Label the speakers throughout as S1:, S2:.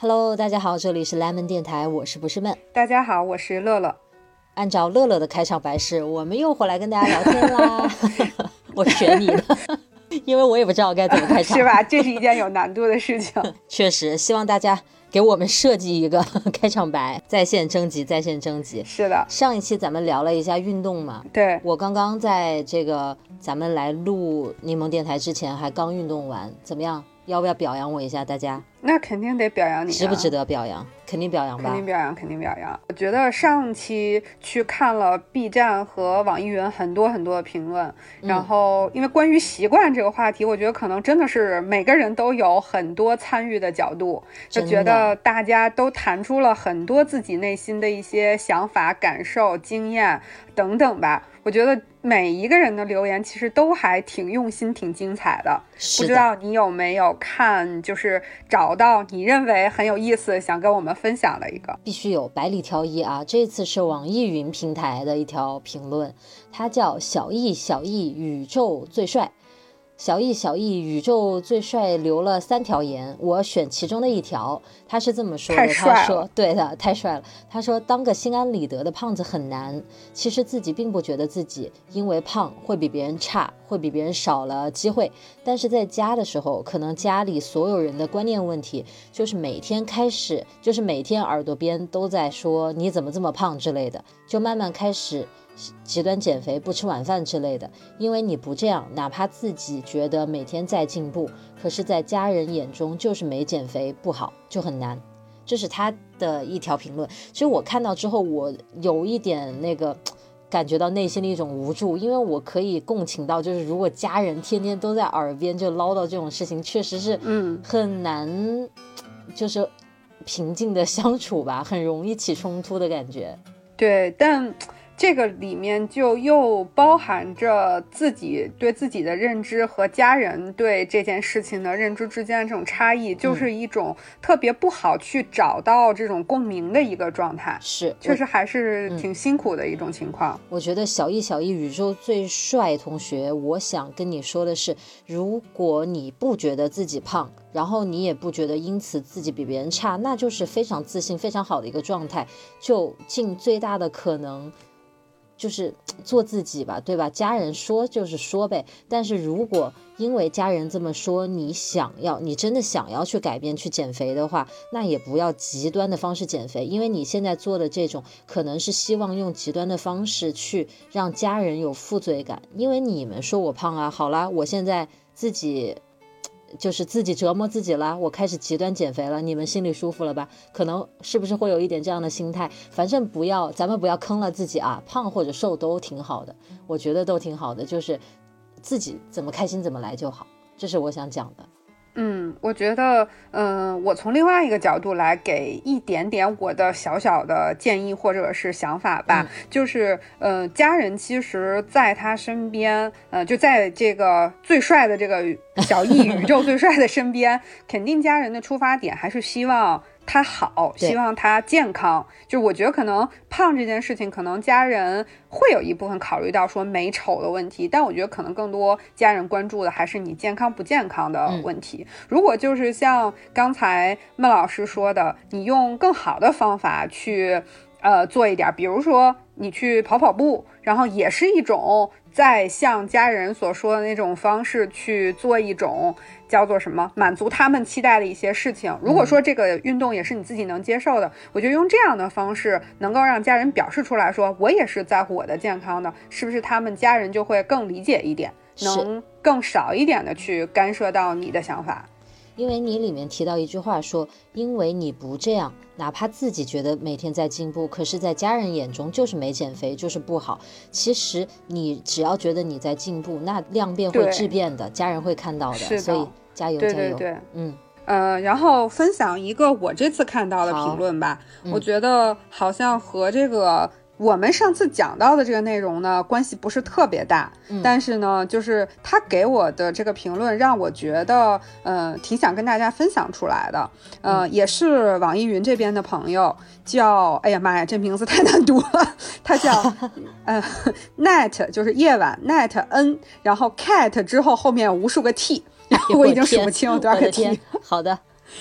S1: Hello， 大家好，这里是 Lemon 电台，我是不是闷。
S2: 大家好，我是乐乐。
S1: 按照乐乐的开场白是，我们又回来跟大家聊天啦。我学你的，因为我也不知道该怎么开场，
S2: 是吧？这是一件有难度的事情。
S1: 确实，希望大家给我们设计一个开场白，在线征集。
S2: 是的，
S1: 上一期咱们聊了一下运动嘛，
S2: 对，
S1: 我刚刚在这个咱们来录柠檬电台之前还刚运动完，怎么样？要不要表扬我一下大家？
S2: 那肯定得表扬你，
S1: 值不值得表扬？肯定表扬吧，
S2: 肯定表扬。我觉得上期去看了 B 站和网易云很多的评论，然后因为关于习惯这个话题，我觉得可能真的是每个人都有很多参与的角度，就觉得大家都谈出了很多自己内心的一些想法、感受、经验等等吧。我觉得每一个人的留言其实都还挺用心、挺精彩的。不知道你有没有看，就是找到你认为很有意思想跟我们分享的一个？
S1: 必须有，百里挑一啊！这次是网易云平台的一条评论，它叫小易宇宙最帅。小易宇宙最帅留了3条言，我选其中的一条。他是这么说的，他说对的，太帅了。他说当个心安理得的胖子很难，其实自己并不觉得自己因为胖会比别人差，会比别人少了机会，但是在家的时候，可能家里所有人的观念问题就是每天耳朵边都在说你怎么这么胖之类的，就慢慢开始极端减肥，不吃晚饭之类的。因为你不这样，哪怕自己觉得每天在进步，可是在家人眼中就是没减肥不好，就很难。这是他的一条评论。其实我看到之后，我有一点感觉到内心的一种无助，因为我可以共情到，就是如果家人天天都在耳边就唠叨这种事情，确实是很难就是平静的相处吧，很容易起冲突的感觉。
S2: 对，但这个里面就又包含着自己对自己的认知和家人对这件事情的认知之间的这种差异，就是一种特别不好去找到这种共鸣的一个状态。
S1: 是，
S2: 确实还是挺辛苦的一种情况。
S1: 我觉得小易宇宙最帅同学，我想跟你说的是，如果你不觉得自己胖，然后你也不觉得因此自己比别人差，那就是非常自信非常好的一个状态，就尽最大的可能就是做自己吧，对吧？家人说就是说呗，但是如果因为家人这么说，你真的想要去改变去减肥的话，那也不要极端的方式减肥，因为你现在做的这种可能是希望用极端的方式去让家人有负罪感，因为你们说我胖啊，好啦，我现在自己折磨自己了，我开始极端减肥了，你们心里舒服了吧？可能是不是会有一点这样的心态？反正咱们不要坑了自己啊，胖或者瘦都挺好的，我觉得都挺好的，就是自己怎么开心怎么来就好，这是我想讲的。
S2: 我觉得我从另外一个角度来给一点点我的小小的建议或者是想法吧，就是家人其实在他身边就在这个最帅的这个小易宇宙最帅的身边，肯定家人的出发点还是希望他好，希望他健康。就是我觉得可能胖这件事情，可能家人会有一部分考虑到说美丑的问题，但我觉得可能更多家人关注的还是你健康不健康的问题。如果就是像刚才孟老师说的，你用更好的方法去做一点，比如说你去跑步，然后也是一种在像家人所说的那种方式去做一种叫做什么满足他们期待的一些事情。如果说这个运动也是你自己能接受的，我觉得用这样的方式能够让家人表示出来说我也是在乎我的健康的，是不是他们家人就会更理解一点，能更少一点的去干涉到你的想法。
S1: 因为你里面提到一句话说，因为你不这样，哪怕自己觉得每天在进步，可是在家人眼中就是没减肥，就是不好。其实你只要觉得你在进步，那量变会质变的，家人会看到的，所以加油加油。
S2: 对，然后分享一个我这次看到的评论吧，我觉得好像和这个我们上次讲到的这个内容呢关系不是特别大，但是呢就是他给我的这个评论让我觉得挺想跟大家分享出来的。也是网易云这边的朋友，叫哎呀妈呀这名字太难读了，他叫net 就是夜晚 net n 然后 cat 之后后面有无数个 t， 我已经数不清多少个 t。
S1: 好的，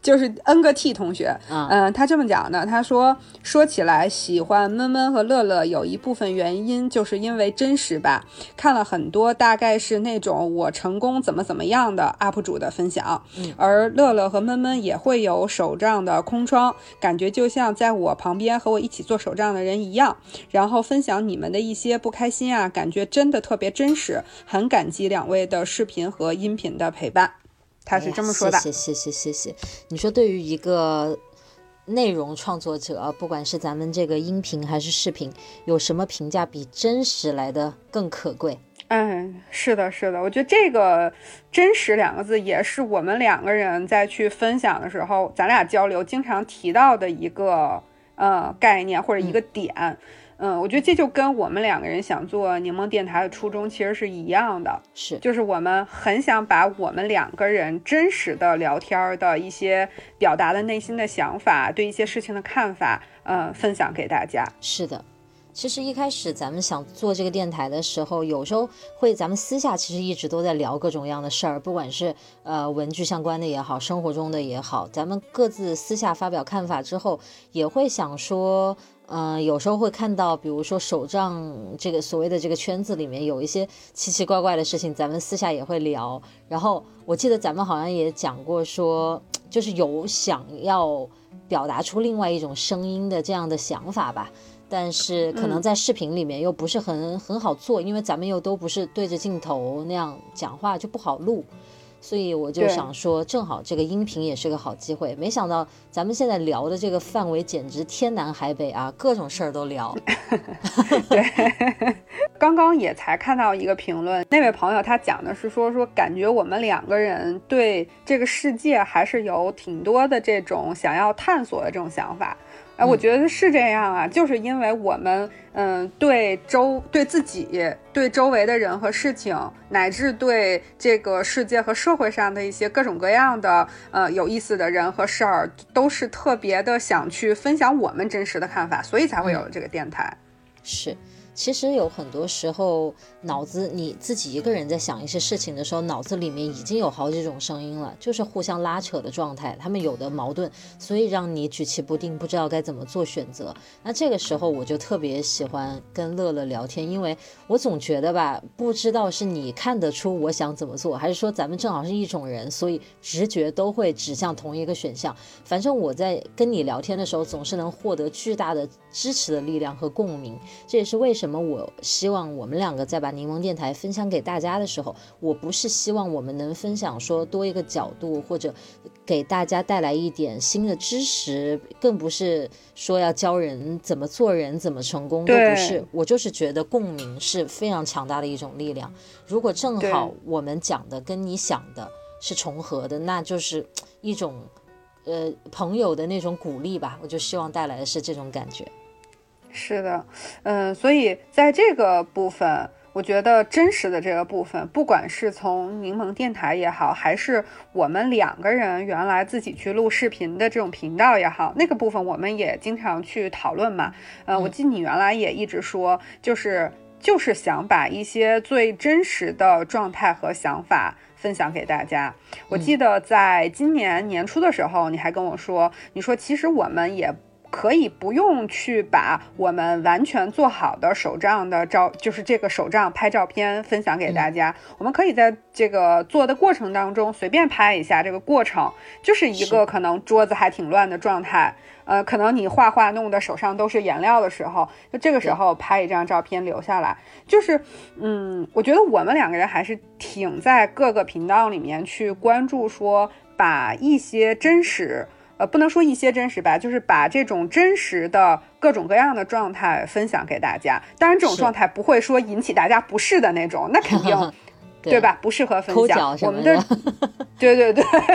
S2: 就是 N 个 T 同学，他这么讲的，他说起来喜欢闷闷和乐乐有一部分原因就是因为真实吧，看了很多大概是那种我成功怎么样的 UP 主的分享，而乐乐和闷闷也会有手账的空窗，感觉就像在我旁边和我一起做手账的人一样，然后分享你们的一些不开心啊，感觉真的特别真实，很感激两位的视频和音频的陪伴。他是这么说的。
S1: 谢谢。你说对于一个内容创作者，不管是咱们这个音频还是视频，有什么评价比真实来的更可贵？
S2: 是的，我觉得这个真实两个字也是我们两个人在去分享的时候，咱俩交流经常提到的一个概念或者一个点。我觉得这就跟我们两个人想做柠檬电台的初衷其实是一样的，就是我们很想把我们两个人真实的聊天的一些表达的内心的想法，对一些事情的看法，分享给大家。
S1: 是的。其实一开始咱们想做这个电台的时候，有时候咱们私下其实一直都在聊各种各样的事儿，不管是文具相关的也好，生活中的也好，咱们各自私下发表看法之后，也会想说有时候会看到比如说手账这个所谓的这个圈子里面有一些奇奇怪怪的事情，咱们私下也会聊。然后我记得咱们好像也讲过说，就是有想要表达出另外一种声音的这样的想法吧，但是可能在视频里面又不是很好做，因为咱们又都不是对着镜头那样讲话，就不好录。所以我就想说，正好这个音频也是个好机会。没想到咱们现在聊的这个范围简直天南海北啊，各种事儿都聊。
S2: 对，刚刚也才看到一个评论，那位朋友他讲的是说感觉我们两个人对这个世界还是有挺多的这种想要探索的这种想法。我觉得是这样啊，就是因为我们对自己、对周围的人和事情，乃至对这个世界和社会上的一些各种各样的有意思的人和事儿，都是特别的想去分享我们真实的看法，所以才会有了这个电台。
S1: 是。其实有很多时候脑子你自己一个人在想一些事情的时候，脑子里面已经有好几种声音了，就是互相拉扯的状态，他们有的矛盾，所以让你举棋不定，不知道该怎么做选择。那这个时候我就特别喜欢跟乐乐聊天，因为我总觉得吧，不知道是你看得出我想怎么做，还是说咱们正好是一种人，所以直觉都会指向同一个选项。反正我在跟你聊天的时候总是能获得巨大的支持的力量和共鸣，这也是为什么我希望我们两个在把柠檬电台分享给大家的时候，我不是希望我们能分享说多一个角度，或者给大家带来一点新的知识，更不是说要教人怎么做人怎么成功，都不是。我就是觉得共鸣是非常强大的一种力量，如果正好我们讲的跟你想的是重合的，那就是一种朋友的那种鼓励吧，我就希望带来的是这种感觉。
S2: 是的，所以在这个部分，我觉得真实的这个部分，不管是从柠檬电台也好，还是我们两个人原来自己去录视频的这种频道也好，那个部分我们也经常去讨论嘛。我记得你原来也一直说，就是想把一些最真实的状态和想法分享给大家。我记得在今年年初的时候，你还跟我说，你说其实我们也可以不用去把我们完全做好的手账的就是这个手账拍照片分享给大家，我们可以在这个做的过程当中随便拍一下，这个过程就是一个可能桌子还挺乱的状态，可能你画画弄得手上都是颜料的时候，就这个时候拍一张照片留下来，就是我觉得我们两个人还是挺在各个频道里面去关注说把一些真实不能说一些真实吧，就是把这种真实的各种各样的状态分享给大家。当然这种状态不会说引起大家不适的那种，那肯定对吧，不适合分享。我们的对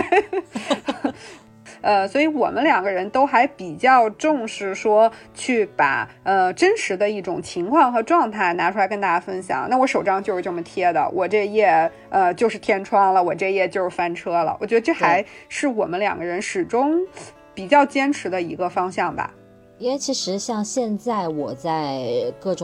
S2: 所以我们两个人都还比较重视说去把真实的一种情况和状态拿出来跟大家分享。那我手账就是这么贴的，我这页就是天窗了，我这页就是翻车了。我觉得这还是我们两个人始终比较坚持的一个方向吧。
S1: 因为其实像现在我在各种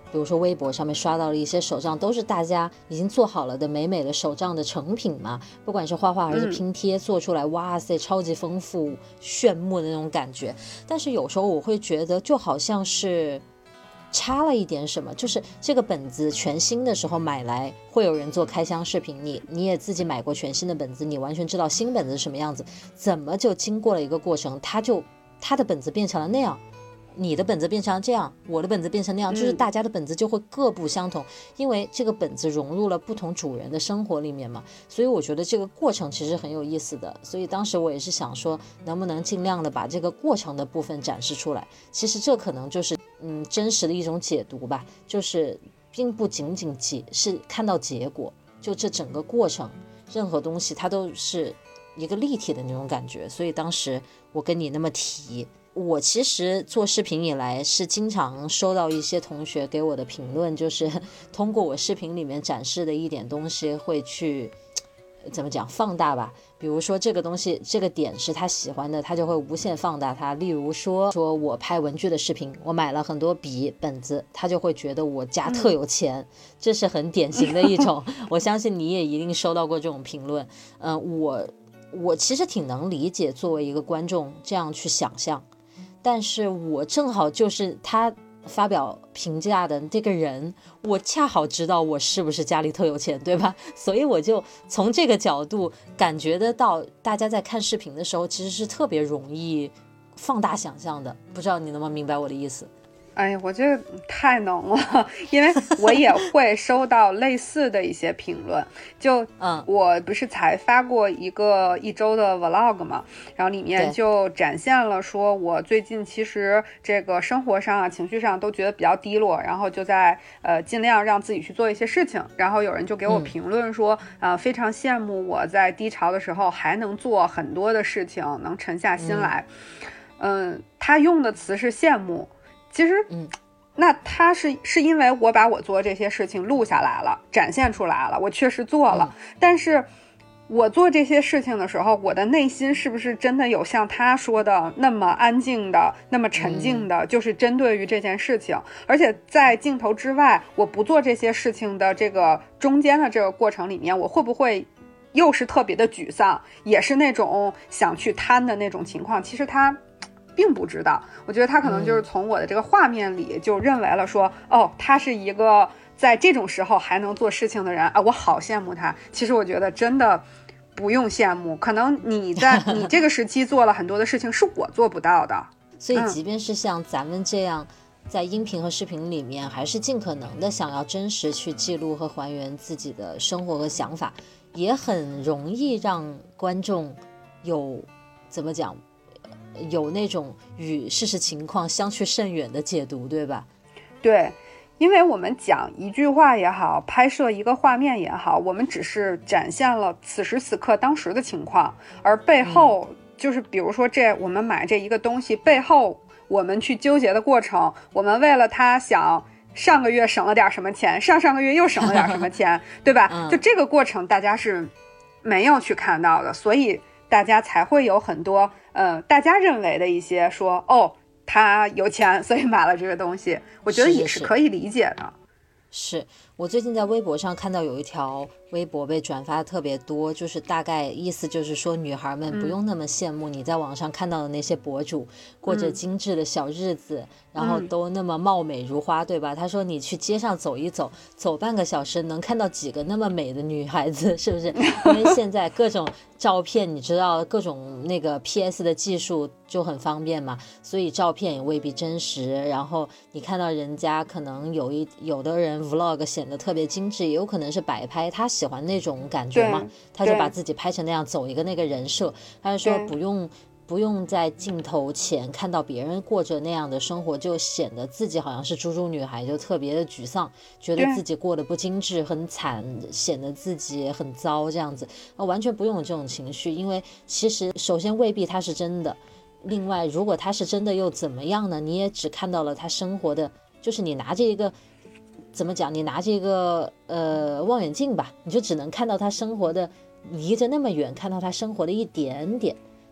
S1: 比如说微博上面刷到了一些手账，都是大家已经做好了的美美的手账的成品嘛，不管是画画还是拼贴做出来，哇塞，超级丰富炫目的那种感觉。但是有时候我会觉得就好像是差了一点什么，就是这个本子全新的时候买来会有人做开箱视频，你也自己买过全新的本子，你完全知道新本子是什么样子，怎么就经过了一个过程，他的本子变成了那样，你的本子变成了这样，我的本子变成那样，就是大家的本子就会各不相同，因为这个本子融入了不同主人的生活里面嘛，所以我觉得这个过程其实很有意思的。所以当时我也是想说，能不能尽量的把这个过程的部分展示出来。其实这可能就是真实的一种解读吧，就是并不仅仅是看到结果，就这整个过程，任何东西它都是一个立体的那种感觉。所以当时我跟你那么提，我其实做视频以来是经常收到一些同学给我的评论，就是通过我视频里面展示的一点东西会去怎么讲放大吧，比如说这个东西这个点是他喜欢的，他就会无限放大它。例如说我拍文具的视频，我买了很多笔本子，他就会觉得我家特有钱，这是很典型的一种我相信你也一定收到过这种评论。我其实挺能理解作为一个观众这样去想象，但是我正好就是他发表评价的这个人，我恰好知道我是不是家里特有钱，对吧？所以我就从这个角度感觉得到，大家在看视频的时候其实是特别容易放大想象的，不知道你能不能明白我的意思？
S2: 哎呀，我这个太能了，因为我也会收到类似的一些评论。就我不是才发过一周的 vlog 嘛，然后里面就展现了说我最近其实这个生活上啊、情绪上都觉得比较低落，然后就在尽量让自己去做一些事情。然后有人就给我评论说，非常羡慕我在低潮的时候还能做很多的事情，能沉下心来。他用的词是羡慕。其实那他是因为我把我做这些事情录下来了，展现出来了，我确实做了，但是我做这些事情的时候，我的内心是不是真的有像他说的那么安静的，那么沉静的，就是针对于这件事情。而且在镜头之外，我不做这些事情的这个中间的这个过程里面，我会不会又是特别的沮丧，也是那种想去瘫的那种情况？其实他并不知道，我觉得他可能就是从我的这个画面里就认为了说，他是一个在这种时候还能做事情的人啊，我好羡慕他。其实我觉得真的不用羡慕，可能你在你这个时期做了很多的事情是我做不到的。
S1: 所以即便是像咱们这样在音频和视频里面还是尽可能的想要真实去记录和还原自己的生活和想法，也很容易让观众有怎么讲，有那种与事实情况相去甚远的解读，对吧？
S2: 对，因为我们讲一句话也好，拍摄一个画面也好，我们只是展现了此时此刻当时的情况，而背后就是比如说我们买这一个东西背后我们去纠结的过程，我们为了他想上个月省了点什么钱，上上个月又省了点什么钱对吧？就这个过程大家是没有去看到的，所以大家才会有很多大家认为的一些说他有钱所以买了这个东西，我觉得也是可以理解的。
S1: 是我最近在微博上看到有一条微博被转发的特别多，就是大概意思就是说女孩们不用那么羡慕你在网上看到的那些博主过着精致的小日子，然后都那么貌美如花，对吧？他说你去街上走一走，走半个小时能看到几个那么美的女孩子，是不是？因为现在各种照片你知道各种那个 PS 的技术就很方便嘛，所以照片也未必真实，然后你看到人家可能有的人 vlog 显得特别精致，也有可能是摆拍，他喜欢那种感觉嘛，他就把自己拍成那样，走一个那个人设。他就说不用在镜头前看到别人过着那样的生活，就显得自己好像是猪猪女孩，就特别的沮丧，觉得自己过得不精致，很惨，显得自己很糟这样子。完全不用有这种情绪，因为其实首先未必他是真的，另外如果他是真的又怎么样呢？你也只看到了他生活的，就是你拿着一个怎么讲，你拿着一个望远镜吧，你就只能看到他生活的，离着那么远看到他生活的一点点，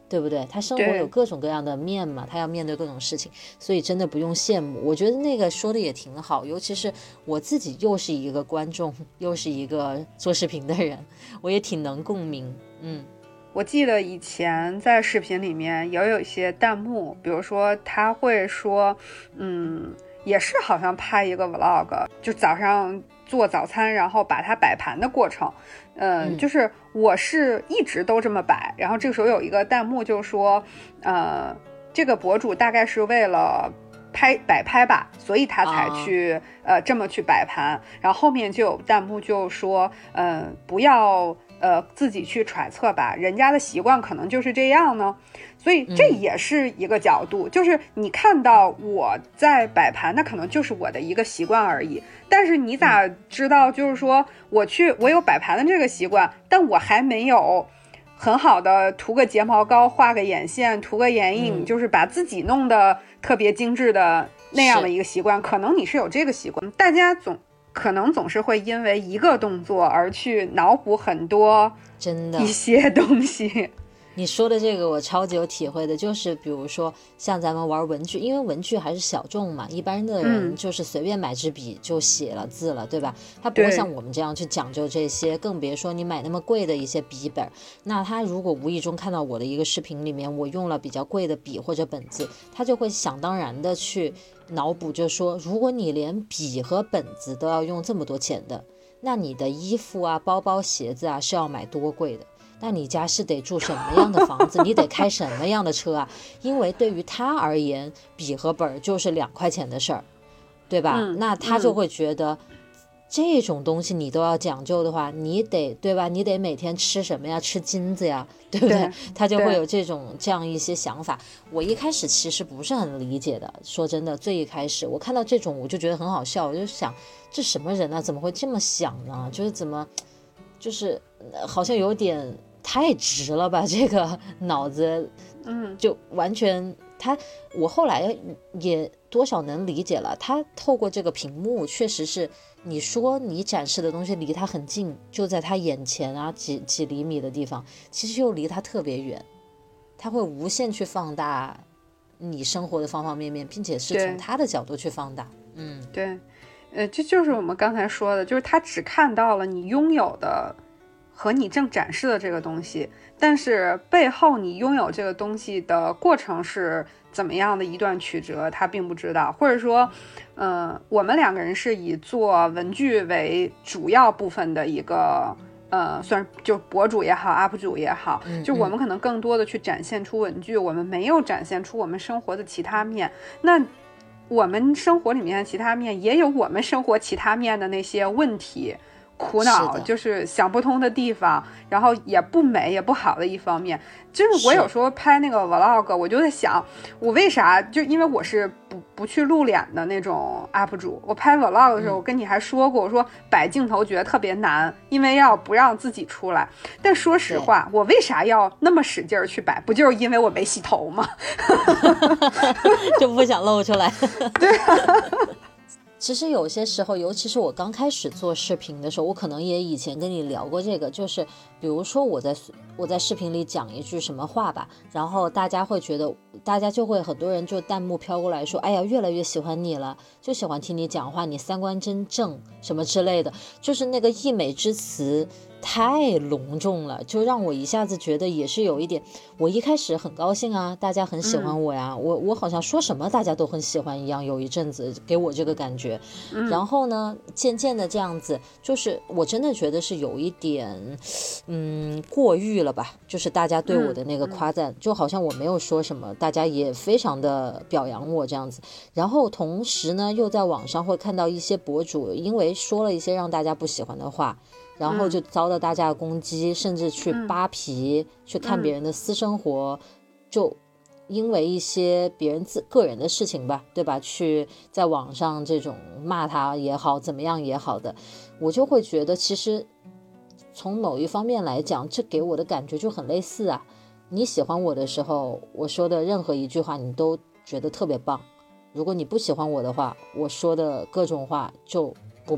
S1: 对不对？他生活有各种各样的面嘛，他要面对各种事情，所以真的不用羡慕。我觉得那个说的也挺好，尤其是我自己又是一个观众，又是一个做视频的人，我也挺能共鸣。
S2: 我记得以前在视频里面也有一些弹幕，比如说他会说，也是好像拍一个 vlog， 就早上做早餐，然后把它摆盘的过程。就是我是一直都这么摆，然后这个时候有一个弹幕就说，这个博主大概是为了摆拍吧，所以他才去这么去摆盘。然后后面就有弹幕就说，不要自己去揣测吧，人家的习惯可能就是这样呢。所以这也是一个角度，就是你看到我在摆盘，那可能就是我的一个习惯而已。但是你咋知道，就是说我有摆盘的这个习惯，但我还没有很好的涂个睫毛膏、画个眼线、涂个眼影，就是把自己弄得特别精致的那样的一个习惯。可能你是有这个习惯，大家总是会因为一个动作而去脑补很多
S1: 真的
S2: 一些东西。
S1: 你说的这个我超级有体会的，就是比如说像咱们玩文具，因为文具还是小众嘛，一般的人就是随便买支笔就写了字了，对吧？他不会像我们这样去讲究这些，更别说你买那么贵的一些笔本。那他如果无意中看到我的一个视频里面，我用了比较贵的笔或者本子，他就会想当然的去脑补，就说如果你连笔和本子都要用这么多钱的，那你的衣服啊、包包、鞋子啊是要买多贵的？那你家是得住什么样的房子，你得开什么样的车啊？因为对于他而言，笔和本就是2块钱的事儿，对吧？那他就会觉得这种东西你都要讲究的话，你得，对吧？你得每天吃什么呀？吃金子呀，对不对？他就会有这样一些想法。我一开始其实不是很理解的，说真的，最一开始我看到这种我就觉得很好笑，我就想这什么人啊？怎么会这么想呢？就是怎么就是好像有点太直了吧，这个脑子，就完全我后来也多少能理解了，他透过这个屏幕，确实是你说你展示的东西离他很近，就在他眼前啊，几厘米的地方，其实又离他特别远，他会无限去放大你生活的方方面面，并且是从他的角度去放大。
S2: 对，这就是我们刚才说的，就是他只看到了你拥有的和你正展示的这个东西，但是背后你拥有这个东西的过程是怎么样的一段曲折，他并不知道。或者说，我们2个人是以做文具为主要部分的一个，算是就博主也好 ，UP 主也好，就我们可能更多的去展现出文具，我们没有展现出我们生活的其他面。那我们生活里面的其他面也有我们生活其他面的那些问题、苦恼，就是想不通的地方，然后也不美也不好的一方面。就是我有时候拍那个 vlog， 我就在想，我为啥就因为我是不去露脸的那种 UP 主，我拍 vlog 的时候，我跟你还说过，我说摆镜头觉得特别难，因为要不让自己出来。但说实话，我为啥要那么使劲去摆？不就是因为我没洗头吗？
S1: 就不想露出来。
S2: 对啊。
S1: 其实有些时候，尤其是我刚开始做视频的时候，我可能也以前跟你聊过这个，就是比如说我在视频里讲一句什么话吧，然后大家就会很多人就弹幕飘过来说，哎呀，越来越喜欢你了，就喜欢听你讲话，你三观真正什么之类的，就是那个溢美之词太隆重了，就让我一下子觉得也是有一点，我一开始很高兴啊，大家很喜欢我呀，我好像说什么大家都很喜欢一样，有一阵子给我这个感觉。然后呢，渐渐的这样子，就是我真的觉得是有一点过誉了吧，就是大家对我的那个夸赞，就好像我没有说什么，大家也非常的表扬我这样子。然后同时呢，又在网上会看到一些博主因为说了一些让大家不喜欢的话，然后就遭到大家的攻击，甚至去扒皮，去看别人的私生活，就因为一些别人个人的事情吧，对吧，去在网上这种骂他也好，怎么样也好的，我就会觉得其实从某一方面来讲，这给我的感觉就很类似啊。你喜欢我的时候，我说的任何一句话你都觉得特别棒，如果你不喜欢我的话，我说的各种话就不棒，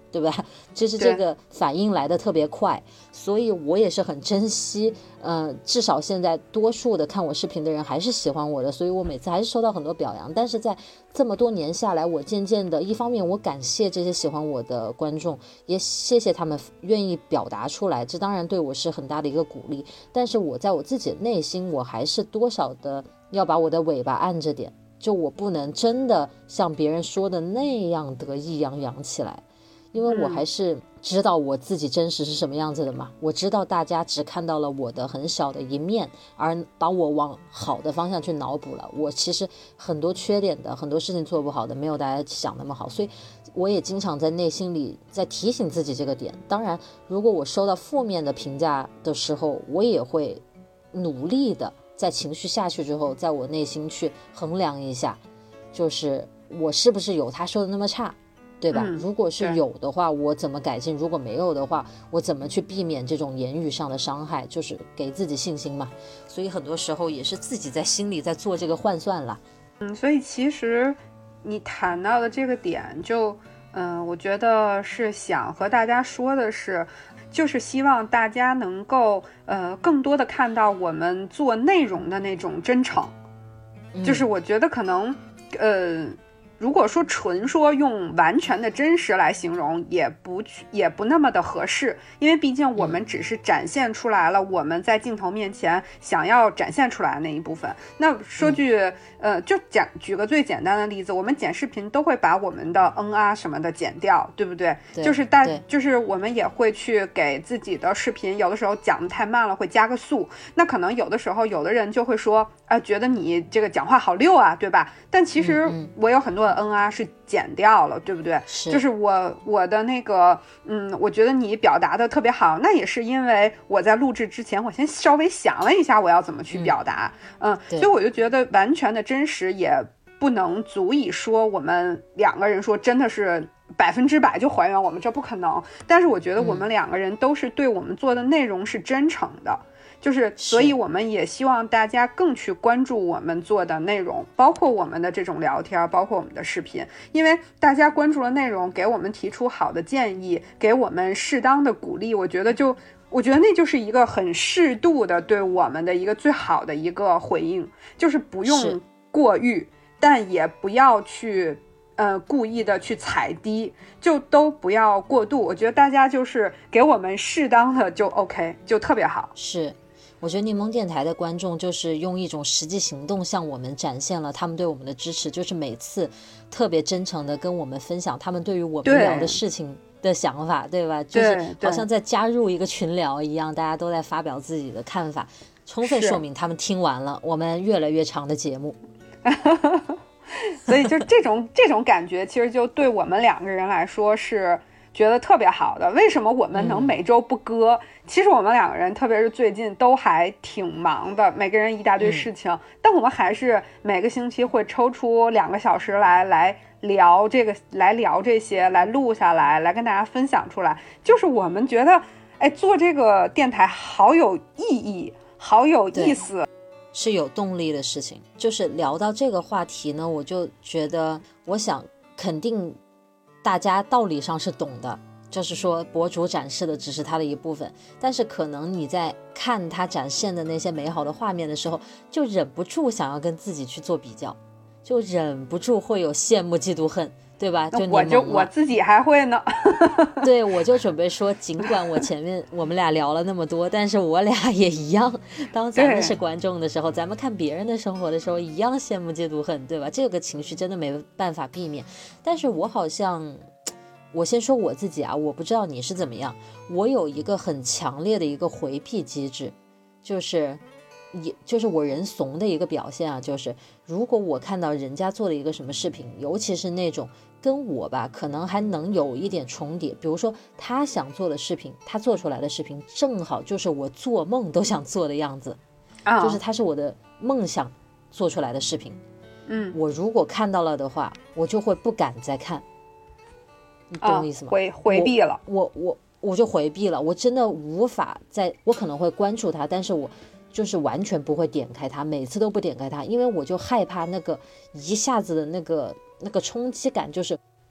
S1: 对吧？就是这个反应来的特别快，所以我也是很珍惜，至少现在多数的看我视频的人还是喜欢我的，所以我每次还是收到很多表扬。但是在这么多年下来，我渐渐的，一方面我感谢这些喜欢我的观众，也谢谢他们愿意表达出来，这当然对我是很大的一个鼓励。但是我在我自己的内心，我还是多少的要把我的尾巴按着点，就我不能真的像别人说的那样得意洋洋起来。因为我还是知道我自己真实是什么样子的嘛，我知道大家只看到了我的很小的一面，而把我往好的方向去脑补了。我其实很多缺点的，很多事情做不好的，没有大家想那么好，所以我也经常在内心里在提醒自己这个点。当然，如果我收到负面的评价的时候，我也会努力的在情绪下去之后，在我内心去衡量一下，就是我是不是有他说的那么差，对吧？如果是有的话，我怎么改进？如果没有的话，我怎么去避免这种言语上的伤害？就是给自己信心嘛。所以很多时候也是自己在心里在做这个换算啦。
S2: 所以其实你谈到的这个点就，我觉得是想和大家说的是，就是希望大家能够更多的看到我们做内容的那种真诚。就是我觉得可能如果说纯说用完全的真实来形容，也不那么的合适，因为毕竟我们只是展现出来了我们在镜头面前想要展现出来的那一部分。那说句就举个最简单的例子，我们剪视频都会把我们的什么的剪掉，对不对？就是我们也会去给自己的视频有的时候讲得太慢了会加个速，那可能有的时候有的人就会说觉得你这个讲话好溜啊，对吧？但其实我有很多的是剪掉了，对不对？就是我的那个我觉得你表达的特别好，那也是因为我在录制之前我先稍微想了一下我要怎么去表达，所以我就觉得完全的真实也不能足以说我们两个人说真的是100%就还原我们，这不可能。但是我觉得我们两个人都是对我们做的内容是真诚的，就是所以我们也希望大家更去关注我们做的内容，包括我们的这种聊天，包括我们的视频，因为大家关注了内容，给我们提出好的建议，给我们适当的鼓励，我觉得那就是一个很适度的对我们的一个最好的一个回应，就是不用过誉，但也不要去故意的去踩低，就都不要过度。我觉得大家就是给我们适当的就 OK， 就特别好。
S1: 是，我觉得柠檬电台的观众就是用一种实际行动向我们展现了他们对我们的支持，就是每次特别真诚的跟我们分享他们对于我们聊的事情的想法， 对吧？就是好像在加入一个群聊一样，大家都在发表自己的看法，充分说明他们听完了我们越来越长的节目。
S2: 所以就这种感觉其实就对我们两个人来说是觉得特别好的。为什么我们能每周不歌？其实我们两个人特别是最近都还挺忙的，每个人一大堆事情，但我们还是每个星期会抽出2个小时来聊这个，来聊这些，来录下来，来跟大家分享出来。就是我们觉得做这个电台好有意义，好有意思，
S1: 是有动力的事情。就是聊到这个话题呢，我就觉得我想肯定大家道理上是懂的，就是说博主展示的只是他的一部分，但是可能你在看他展现的那些美好的画面的时候，就忍不住想要跟自己去做比较，就忍不住会有羡慕嫉妒恨，对吧？
S2: 我自己还会呢。
S1: 对，我就准备说，尽管我前面我们俩聊了那么多，但是我俩也一样，当咱们是观众的时候，咱们看别人的生活的时候一样羡慕嫉妒恨，对吧？这个情绪真的没办法避免。但是我好像，我先说我自己啊，我不知道你是怎么样，我有一个很强烈的一个回避机制，就是我人怂的一个表现啊，就是如果我看到人家做了一个什么视频，尤其是那种跟我吧可能还能有一点重叠，比如说他想做的视频，他做出来的视频正好就是我做梦都想做的样子，就是他是我的梦想做出来的视频，我如果看到了的话，我就会不敢再看，你懂我意思吗？
S2: 回避了，
S1: 我就回避了，我真的无法我可能会关注他，但是我就是完全不会点开它，每次都不点开它，因为我就害怕那个一下子的那个冲击感，就是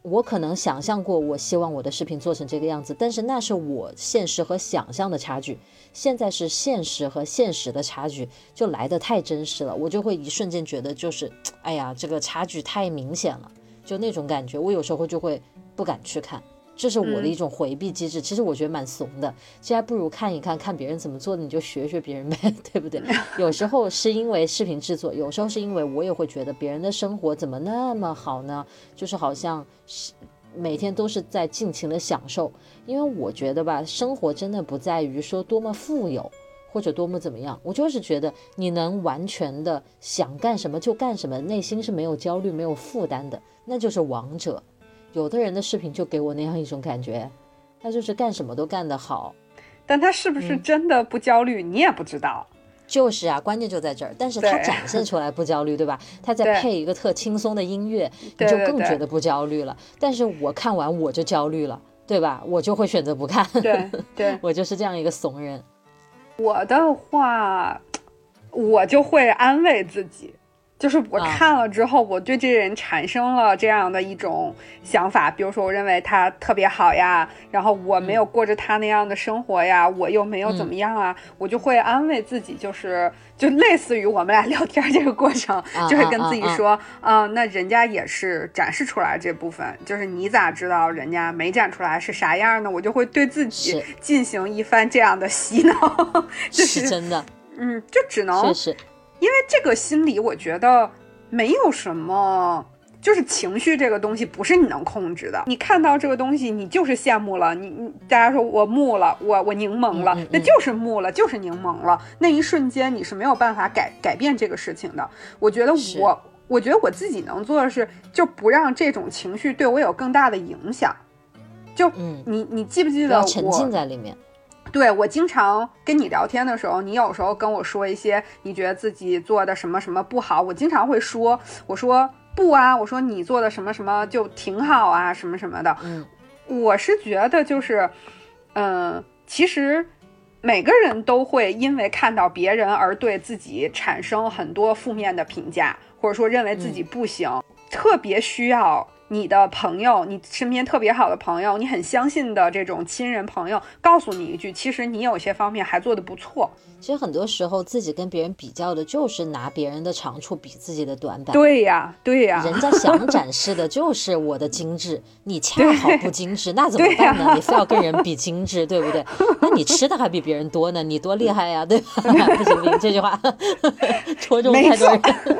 S1: 我可能想象过我希望我的视频做成这个样子，但是那是我现实和想象的差距，现在是现实和现实的差距，就来得太真实了，我就会一瞬间觉得就是哎呀这个差距太明显了，就那种感觉，我有时候就会不敢去看，这是我的一种回避机制。其实我觉得蛮怂的，其实还不如看一看，看别人怎么做的，你就学学别人呗，对不对？有时候是因为视频制作，有时候是因为我也会觉得别人的生活怎么那么好呢？就是好像每天都是在尽情的享受。因为我觉得吧，生活真的不在于说多么富有或者多么怎么样，我就是觉得你能完全的想干什么就干什么，内心是没有焦虑没有负担的，那就是王者。有的人的视频就给我那样一种感觉，他就是干什么都干得好，
S2: 但他是不是真的不焦虑，你也不知道。
S1: 就是啊，关键就在这儿。但是他展现出来不焦虑，对吧？他再配一个特轻松的音乐，你就更觉得不焦虑了。但是我看完我就焦虑了，对吧？我就会选择不看。
S2: 对
S1: 我就是这样一个怂人。
S2: 我的话，我就会安慰自己。就是我看了之后，我对这人产生了这样的一种想法，比如说我认为他特别好呀，然后我没有过着他那样的生活呀，我又没有怎么样啊，我就会安慰自己，就类似于我们俩聊天这个过程，就会跟自己说，那人家也是展示出来这部分，就是你咋知道人家没展出来是啥样呢？我就会对自己进行一番这样的洗脑，
S1: 是真的，
S2: 就只能
S1: 是。
S2: 因为这个心理我觉得没有什么，就是情绪这个东西不是你能控制的，你看到这个东西你就是羡慕了，你大家说我木了，我柠檬了，那就是木了，就是柠檬了，那一瞬间你是没有办法改变这个事情的。我觉得我觉得我自己能做的是就不让这种情绪对我有更大的影响。就你记不记得我
S1: 不要沉浸在里面。
S2: 对，我经常跟你聊天的时候，你有时候跟我说一些你觉得自己做的什么什么不好，我经常会说，我说不啊，我说你做的什么什么就挺好啊，什么什么的。我是觉得就是其实每个人都会因为看到别人而对自己产生很多负面的评价，或者说认为自己不行，特别需要你的朋友，你身边特别好的朋友，你很相信的这种亲人朋友告诉你一句，其实你有些方面还做得不错。
S1: 其实很多时候自己跟别人比较的就是拿别人的长处比自己的短板。
S2: 对呀
S1: 人家想展示的就是我的精致，你恰好不精致，那怎么办呢？你非要跟人比精致，对不对？那你吃的还比别人多呢，你多厉害呀，对吧？不行不行，这句话戳中太多人。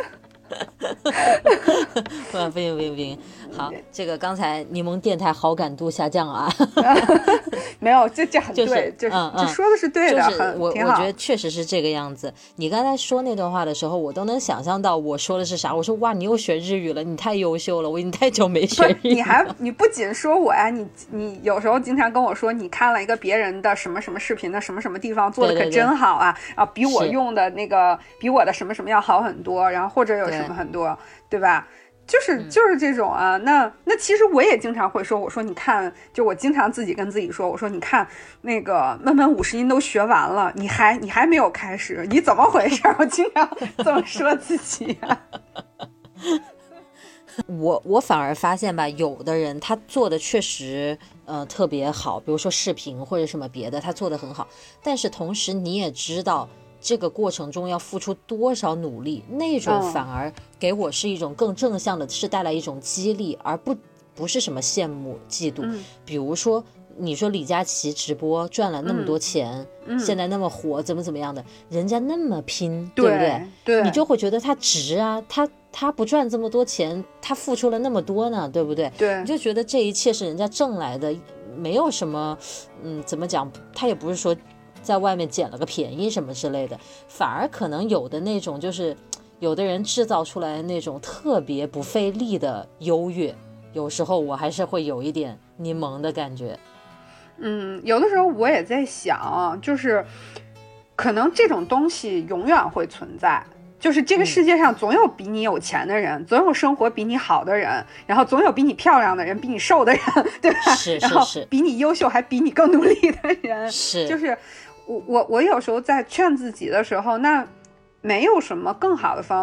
S1: 不行，好，这个刚才柠檬电台好感度下降啊。
S2: 没有，这很对，这说的是对的，
S1: 就是我觉得确实是这个样子。你刚才说那段话的时候，我都能想象到我说的是啥。我说哇，你又学日语了，你太优秀了，我已经太久没学日语了。
S2: 你不仅说我呀，你有时候经常跟我说，你看了一个别人的什么什么视频的什么什么地方做的可真好啊，比我用的那个比我的什么什么要好很多，然后或者有什么很多，对吧？就是这种啊，那其实我也经常会说，我说你看，就我经常自己跟自己说，我说你看那个闷闷50音都学完了，你还没有开始，你怎么回事？我经常这么说自己啊。
S1: 我反而发现吧，有的人他做的确实特别好，比如说视频或者什么别的，他做的很好，但是同时你也知道这个过程中要付出多少努力，那种反而给我是一种更正向的，是带来一种激励，而不是什么羡慕嫉妒。比如说你说李佳琦直播赚了那么多钱，现在那么火，怎么样的，人家那么拼，对不对？
S2: 对，
S1: 你就会觉得他值啊，他不赚这么多钱，他付出了那么多呢，对不对？
S2: 对，
S1: 你就觉得这一切是人家挣来的，没有什么怎么讲，他也不是说在外面捡了个便宜什么之类的，反而可能有的那种就是有的人制造出来那种特别不费力的优越，有时候我还是会有一点柠檬的感觉。
S2: 有的时候我也在想，就是可能这种东西永远会存在，就是这个世界上总有比你有钱的人，总有生活比你好的人，然后总有比你漂亮的人，比你瘦的人，对吧？然后比你优秀还比你更努力的人，就是我有时候在劝自己的时候，那没有什么更好的方法，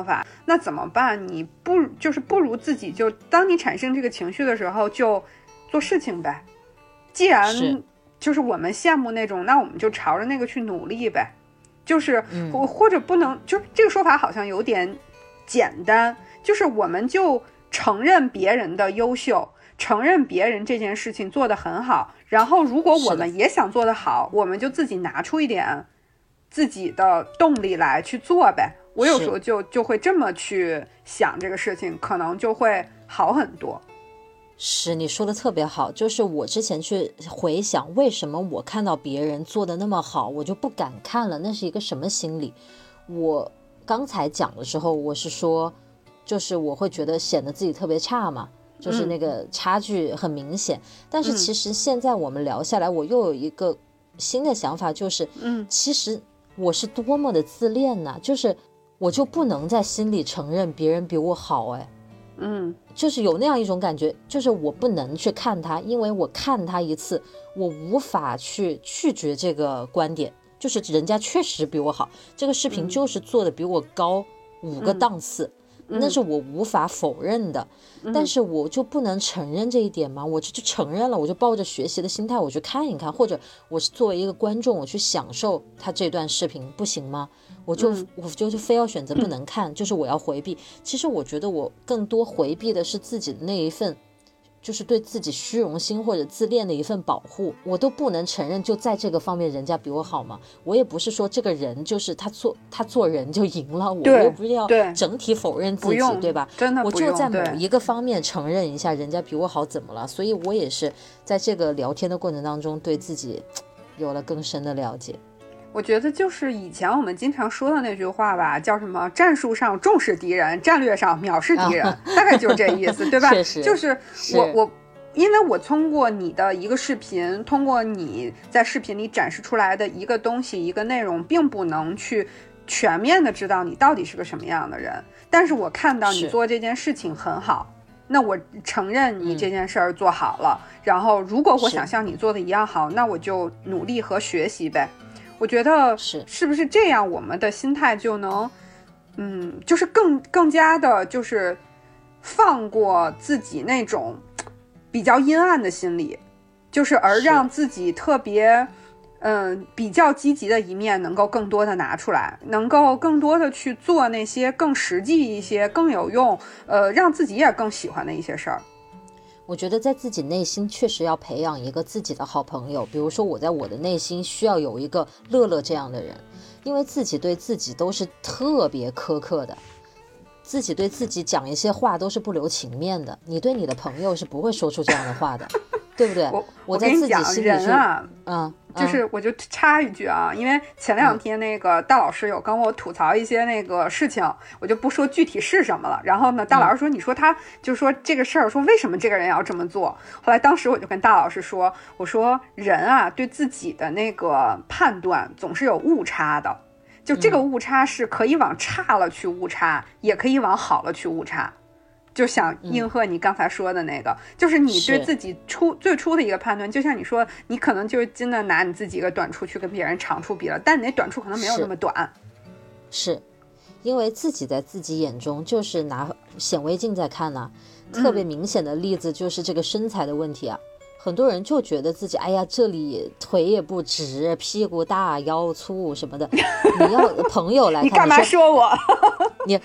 S2: 那怎么办？你不如自己就当你产生这个情绪的时候就做事情呗。既然就是我们羡慕那种，那我们就朝着那个去努力呗。就是或者不能，就这个说法好像有点简单，就是我们就承认别人的优秀，承认别人这件事情做得很好，然后如果我们也想做得好，我们就自己拿出一点自己的动力来去做呗。我有时候就会这么去想这个事情，可能就会好很多。
S1: 是，你说的特别好，就是我之前去回想为什么我看到别人做的那么好我就不敢看了，那是一个什么心理。我刚才讲的时候我是说，就是我会觉得显得自己特别差嘛，就是那个差距很明显。但是其实现在我们聊下来，我又有一个新的想法，就是其实我是多么的自恋呐，就是我就不能在心里承认别人比我好。就是有那样一种感觉，就是我不能去看他，因为我看他一次我无法去拒绝这个观点，就是人家确实比我好，这个视频就是做的比我高5个档次，那是我无法否认的。但是我就不能承认这一点吗？我就承认了，我就抱着学习的心态我去看一看，或者我是作为一个观众我去享受他这段视频，不行吗？我就非要选择不能看，就是我要回避。其实我觉得我更多回避的是自己的那一份，就是对自己虚荣心或者自恋的一份保护。我都不能承认就在这个方面人家比我好吗？我也不是说这个人就是他做人就赢了，我也不要整体否认自己，对吧？
S2: 真的不用，
S1: 我就在某一个方面承认一下人家比我好怎么了。所以我也是在这个聊天的过程当中对自己有了更深的了解。
S2: 我觉得就是以前我们经常说的那句话吧，叫什么战术上重视敌人，战略上藐视敌人，大概就是这意思，对吧？
S1: 确实，
S2: 就是我因为我通过你的一个视频，通过你在视频里展示出来的一个东西一个内容，并不能去全面的知道你到底是个什么样的人，但是我看到你做这件事情很好，那我承认你这件事儿做好了，然后如果我想像你做的一样好，那我就努力和学习呗。我觉得是不是这样，我们的心态就能就是更加的就是放过自己那种比较阴暗的心理，就是而让自己特别比较积极的一面能够更多的拿出来，能够更多的去做那些更实际一些更有用让自己也更喜欢的一些事儿。
S1: 我觉得在自己内心确实要培养一个自己的好朋友，比如说我在我的内心需要有一个乐乐这样的人，因为自己对自己都是特别苛刻的，自己对自己讲一些话都是不留情面的，你对你的朋友是不会说出这样的话的对不对？
S2: 我
S1: 在自己心里
S2: 人啊
S1: 就是
S2: 我就插一句啊，因为前2天那个大老师有跟我吐槽一些那个事情，我就不说具体是什么了。然后呢，大老师说你说他就说这个事儿，说为什么这个人要这么做？后来当时我就跟大老师说，我说人啊对自己的那个判断总是有误差的，就这个误差是可以往差了去误差，也可以往好了去误差。就想应和你刚才说的那个，就是你对自己最初的一个判断，就像你说你可能就真的拿你自己一个短处去跟别人长处比了，但你那短处可能没有那么短，
S1: 是因为自己在自己眼中就是拿显微镜在看啊。特别明显的例子就是这个身材的问题啊，很多人就觉得自己哎呀这里腿也不直，屁股大腰粗什么的，你要朋友来看，
S2: 你干嘛说我
S1: 你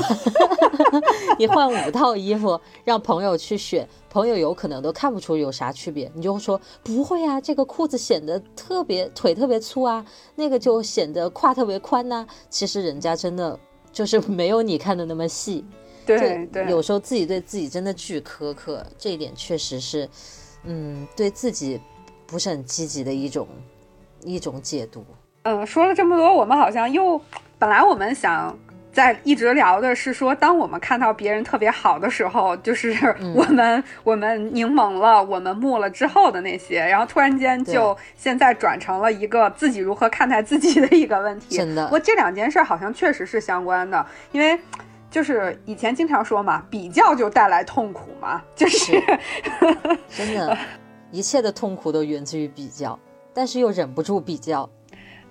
S1: 换5套衣服让朋友去选，朋友有可能都看不出有啥区别，你就说不会啊，这个裤子显得腿特别粗啊，那个就显得胯特别宽啊，其实人家真的就是没有你看的那么细。
S2: 对，
S1: 有时候自己对自己真的巨苛刻，这一点确实是对自己不是很积极的一种解读。
S2: 说了这么多，我们好像又本来我们想在一直聊的是说，当我们看到别人特别好的时候，就是我们柠檬了，我们木了之后的那些，然后突然间就现在转成了一个自己如何看待自己的一个问题。
S1: 真的，
S2: 不过这2件事好像确实是相关的，因为就是以前经常说嘛，比较就带来痛苦嘛，就是
S1: 真的，一切的痛苦都源自于比较，但是又忍不住比较。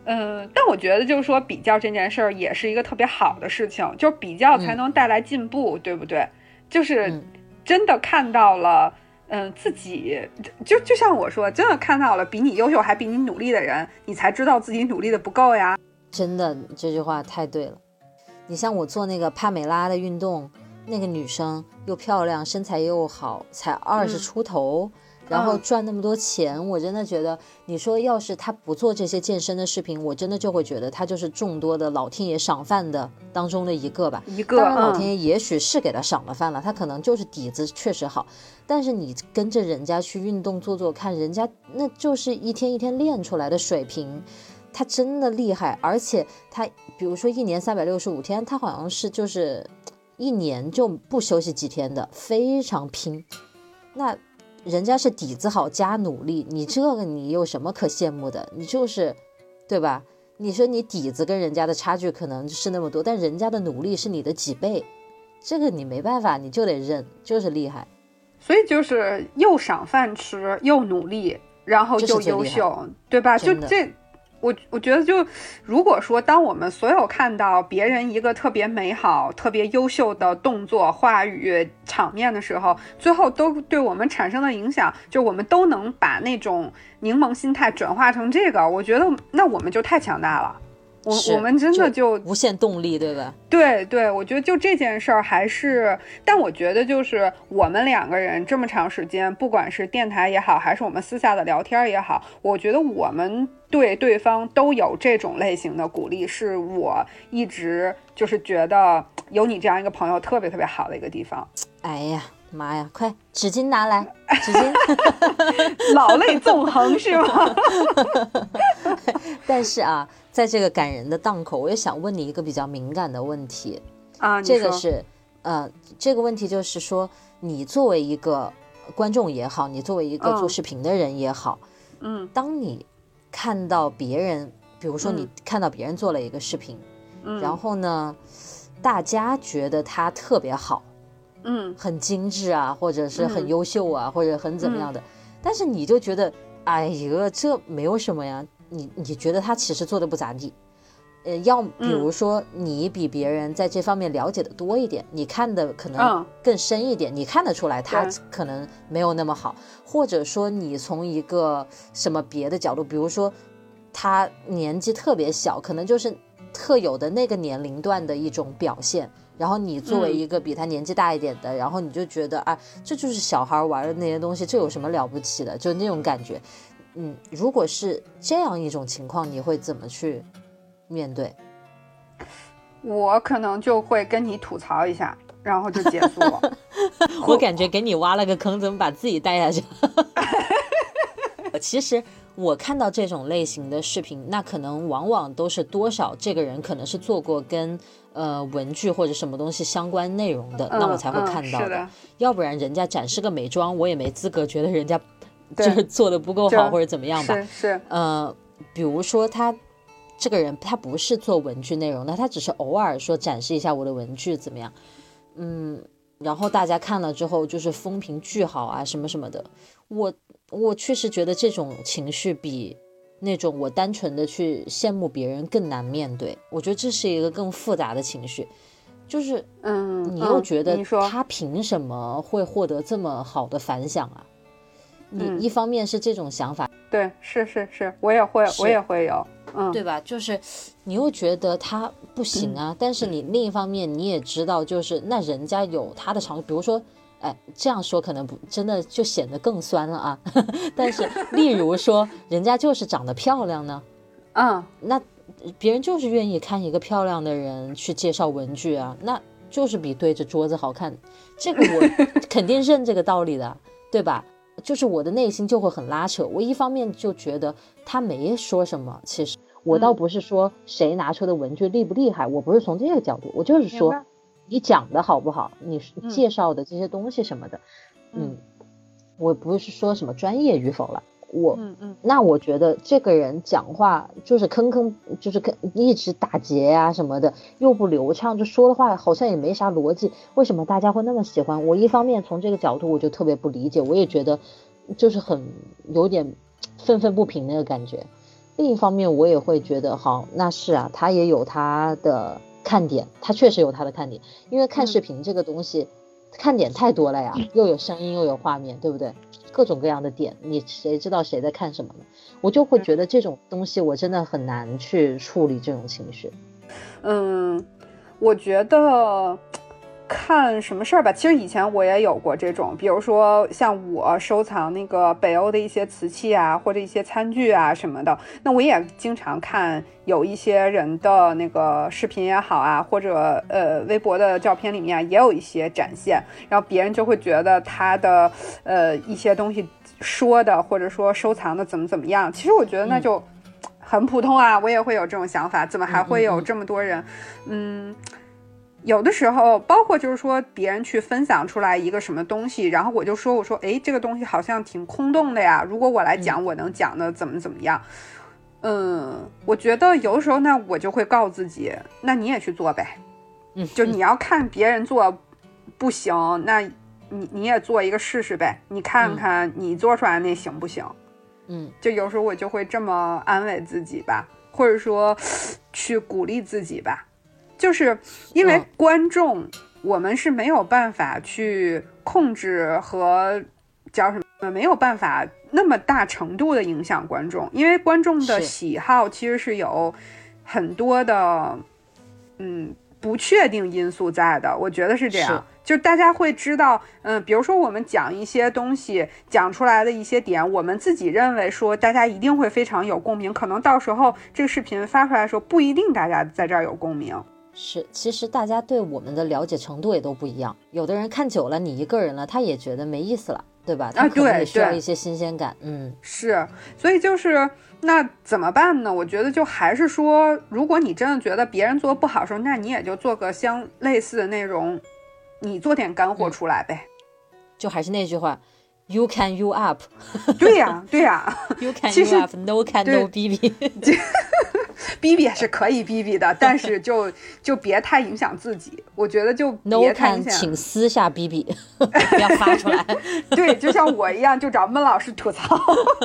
S2: 但我觉得就是说比较这件事儿也是一个特别好的事情，就是比较才能带来进步，对不对？就是真的看到了，自己就像我说，真的看到了比你优秀还比你努力的人，你才知道自己努力的不够呀。
S1: 真的，这句话太对了。你像我做那个帕梅拉的运动，那个女生又漂亮，身材又好，才20出头，然后赚那么多钱，我真的觉得，你说要是她不做这些健身的视频，我真的就会觉得她就是众多的老天爷赏饭的当中的一个吧。当然老天爷也许是给她赏了饭了，她可能就是底子确实好，但是你跟着人家去运动做做看，人家那就是一天一天练出来的水平，他真的厉害。而且他比如说一年365天，他好像是就是一年就不休息几天的，非常拼。那人家是底子好加努力，你这个你有什么可羡慕的？你就是对吧？你说你底子跟人家的差距可能是那么多，但人家的努力是你的几倍，这个你没办法，你就得认，就是厉害。
S2: 所以就是又赏饭吃，又努力，然后又优秀，对吧？就这。我觉得就如果说当我们所有看到别人一个特别美好特别优秀的动作话语场面的时候，最后都对我们产生的影响，就我们都能把那种柠檬心态转化成这个，我觉得那我们就太强大了，我们真的就
S1: 无限动力，对吧？
S2: 对对，我觉得就这件事儿还是，但我觉得就是我们2个人这么长时间，不管是电台也好，还是我们私下的聊天也好，我觉得我们对对方都有这种类型的鼓励，是我一直就是觉得有你这样一个朋友特别特别好的一个地方。
S1: 哎呀妈呀，快纸巾拿来，纸巾
S2: 老泪纵横是吗？
S1: 但是啊，在这个感人的档口，我也想问你一个比较敏感的问题
S2: 啊，
S1: 这个是这个问题就是说，你作为一个观众也好，你作为一个做视频的人也好，当你看到别人，比如说你看到别人做了一个视频，然后呢，大家觉得他特别好，很精致啊，或者是很优秀啊，或者很怎么样的，但是你就觉得，哎呀，这没有什么呀，你觉得他其实做的不咋地。要比如说你比别人在这方面了解的多一点，你看的可能更深一点，你看得出来他可能没有那么好，或者说你从一个什么别的角度，比如说他年纪特别小，可能就是特有的那个年龄段的一种表现，然后你作为一个比他年纪大一点的，然后你就觉得啊，这就是小孩玩的那些东西，这有什么了不起的，就那种感觉。如果是这样一种情况，你会怎么去面对？
S2: 我可能就会跟你吐槽一下，然后就结束了。
S1: 我感觉给你挖了个坑，怎么把自己带下去？其实我看到这种类型的视频，那可能往往都是多少这个人可能是做过跟文具或者什么东西相关内容的，那我才会看到的。要不然人家展示个美妆，我也没资格觉得人家就是做的不够好或者怎么样吧。
S2: 是
S1: 比如说他这个人他不是做文具内容的，他只是偶尔说展示一下我的文具怎么样，然后大家看了之后就是风评巨好啊什么什么的，我确实觉得这种情绪比那种我单纯的去羡慕别人更难面对，我觉得这是一个更复杂的情绪，就是你又觉得他凭什么会获得这么好的反响啊？你一方面是这种想法，
S2: 对，是，我也会有，
S1: 对吧？就是你又觉得他不行啊，但是你另一方面你也知道，就是那人家有他的长处，比如说，这样说可能不真的就显得更酸了啊。但是例如说，人家就是长得漂亮呢，那别人就是愿意看一个漂亮的人去介绍文具啊，那就是比对着桌子好看，这个我肯定认这个道理的，对吧？就是我的内心就会很拉扯，我一方面就觉得他没说什么，其实我倒不是说谁拿出的文具厉不厉害，我不是从这个角度，我就是说你讲的好不好，你介绍的这些东西什么的，我不是说什么专业与否了，那我觉得这个人讲话就是就是一直打结啊什么的，又不流畅，就说的话好像也没啥逻辑，为什么大家会那么喜欢？我一方面从这个角度我就特别不理解，我也觉得就是很有点愤愤不平那个感觉。 另一方面我也会觉得好，那是啊，它也有它的看点，它确实有它的看点，因为看视频这个东西，看点太多了呀，又有声音又有画面，对不对？各种各样的点，你谁知道谁在看什么呢？我就会觉得这种东西我真的很难去处理这种情绪。
S2: 我觉得看什么事儿吧，其实以前我也有过这种，比如说像我收藏那个北欧的一些瓷器啊，或者一些餐具啊什么的，那我也经常看有一些人的那个视频也好啊，或者微博的照片里面也有一些展现，然后别人就会觉得他的一些东西说的或者说收藏的怎么样，其实我觉得那就很普通啊，我也会有这种想法，怎么还会有这么多人有的时候包括就是说别人去分享出来一个什么东西，然后我说诶，这个东西好像挺空洞的呀，如果我来讲我能讲的怎么样。我觉得有的时候呢我就会告诉自己，那你也去做呗，就你要看别人做不行，那你也做一个试试呗，你看看你做出来那行不行。就有时候我就会这么安慰自己吧，或者说去鼓励自己吧，就是因为观众我们是没有办法去控制和叫什么，没有办法那么大程度的影响观众，因为观众的喜好其实是有很多的不确定因素在的，我觉得是这样。就大家会知道比如说我们讲一些东西讲出来的一些点，我们自己认为说大家一定会非常有共鸣，可能到时候这个视频发出来的时候不一定大家在这儿有共鸣。
S1: 是，其实大家对我们的了解程度也都不一样，有的人看久了你一个人了他也觉得没意思了，对吧？他可能也需要一些新鲜感。
S2: 是，所以就是那怎么办呢？我觉得就还是说，如果你真的觉得别人做不好的时候，那你也就做个相类似的内容，你做点干货出来呗。
S1: 就还是那句话 You can you up
S2: 对呀
S1: You can you up No can no BB
S2: 逼逼是可以逼逼的，但是就别太影响自己，我觉得就别太影响。
S1: No can 请私下逼逼不要发出来
S2: 对，就像我一样就找闷老师吐槽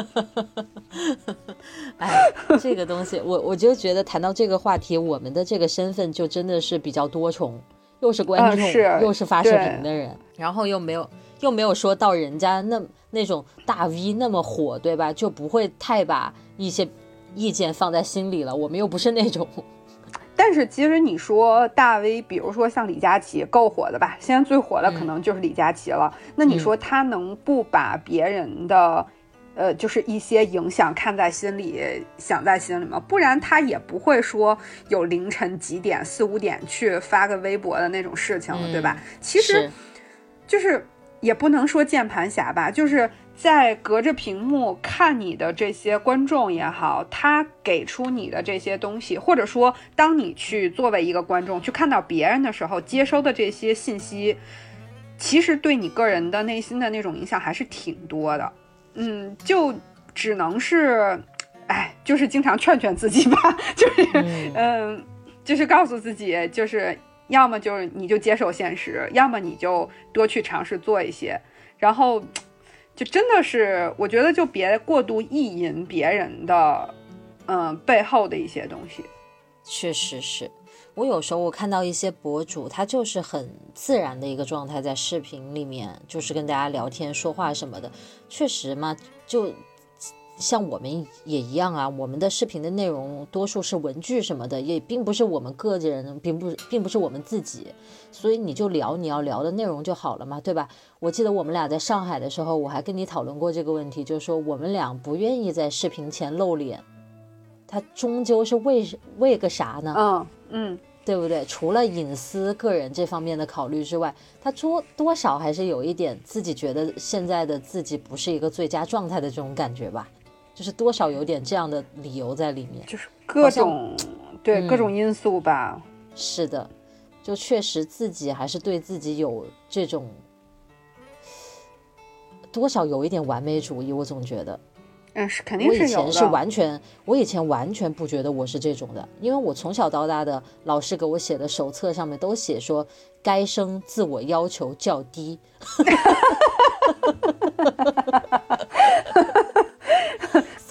S1: 这个东西我就觉得谈到这个话题，我们的这个身份就真的是比较多重，又是观众又是发视频的人，然后又没有说到人家那种大 V 那么火，对吧？就不会太把一些意见放在心里了，我们又不是那种。
S2: 但是其实你说大 V， 比如说像李佳琦够火的吧，现在最火的可能就是李佳琦了，那你说他能不把别人的就是一些影响看在心里想在心里吗？不然他也不会说有凌晨几点4、5点去发个微博的那种事情了，对吧？其实就是也不能说键盘侠吧，就是在隔着屏幕看你的这些观众也好，他给出你的这些东西，或者说当你去作为一个观众去看到别人的时候接收的这些信息，其实对你个人的内心的那种影响还是挺多的。就只能是就是经常劝自己吧，就是就是告诉自己，就是要么就是你就接受现实，要么你就多去尝试做一些，然后就真的是我觉得就别过度意淫别人的背后的一些东西。
S1: 确实是，我有时候我看到一些博主，他就是很自然的一个状态，在视频里面就是跟大家聊天说话什么的，确实嘛，就像我们也一样啊，我们的视频的内容多数是文具什么的，也并不是我们个人，并不是我们自己，所以你就聊你要聊的内容就好了嘛，对吧？我记得我们俩在上海的时候，我还跟你讨论过这个问题，就是说我们俩不愿意在视频前露脸，它终究是为个啥呢？对不对？除了隐私个人这方面的考虑之外，他多少还是有一点自己觉得现在的自己不是一个最佳状态的这种感觉吧，就是多少有点这样的理由在里面，
S2: 就是各种各种因素吧。
S1: 是的，就确实自己还是对自己有这种多少有一点完美主义，我总觉得。
S2: 是肯定是有的。
S1: 我以前完全不觉得我是这种的，因为我从小到大的老师给我写的手册上面都写说该生自我要求较低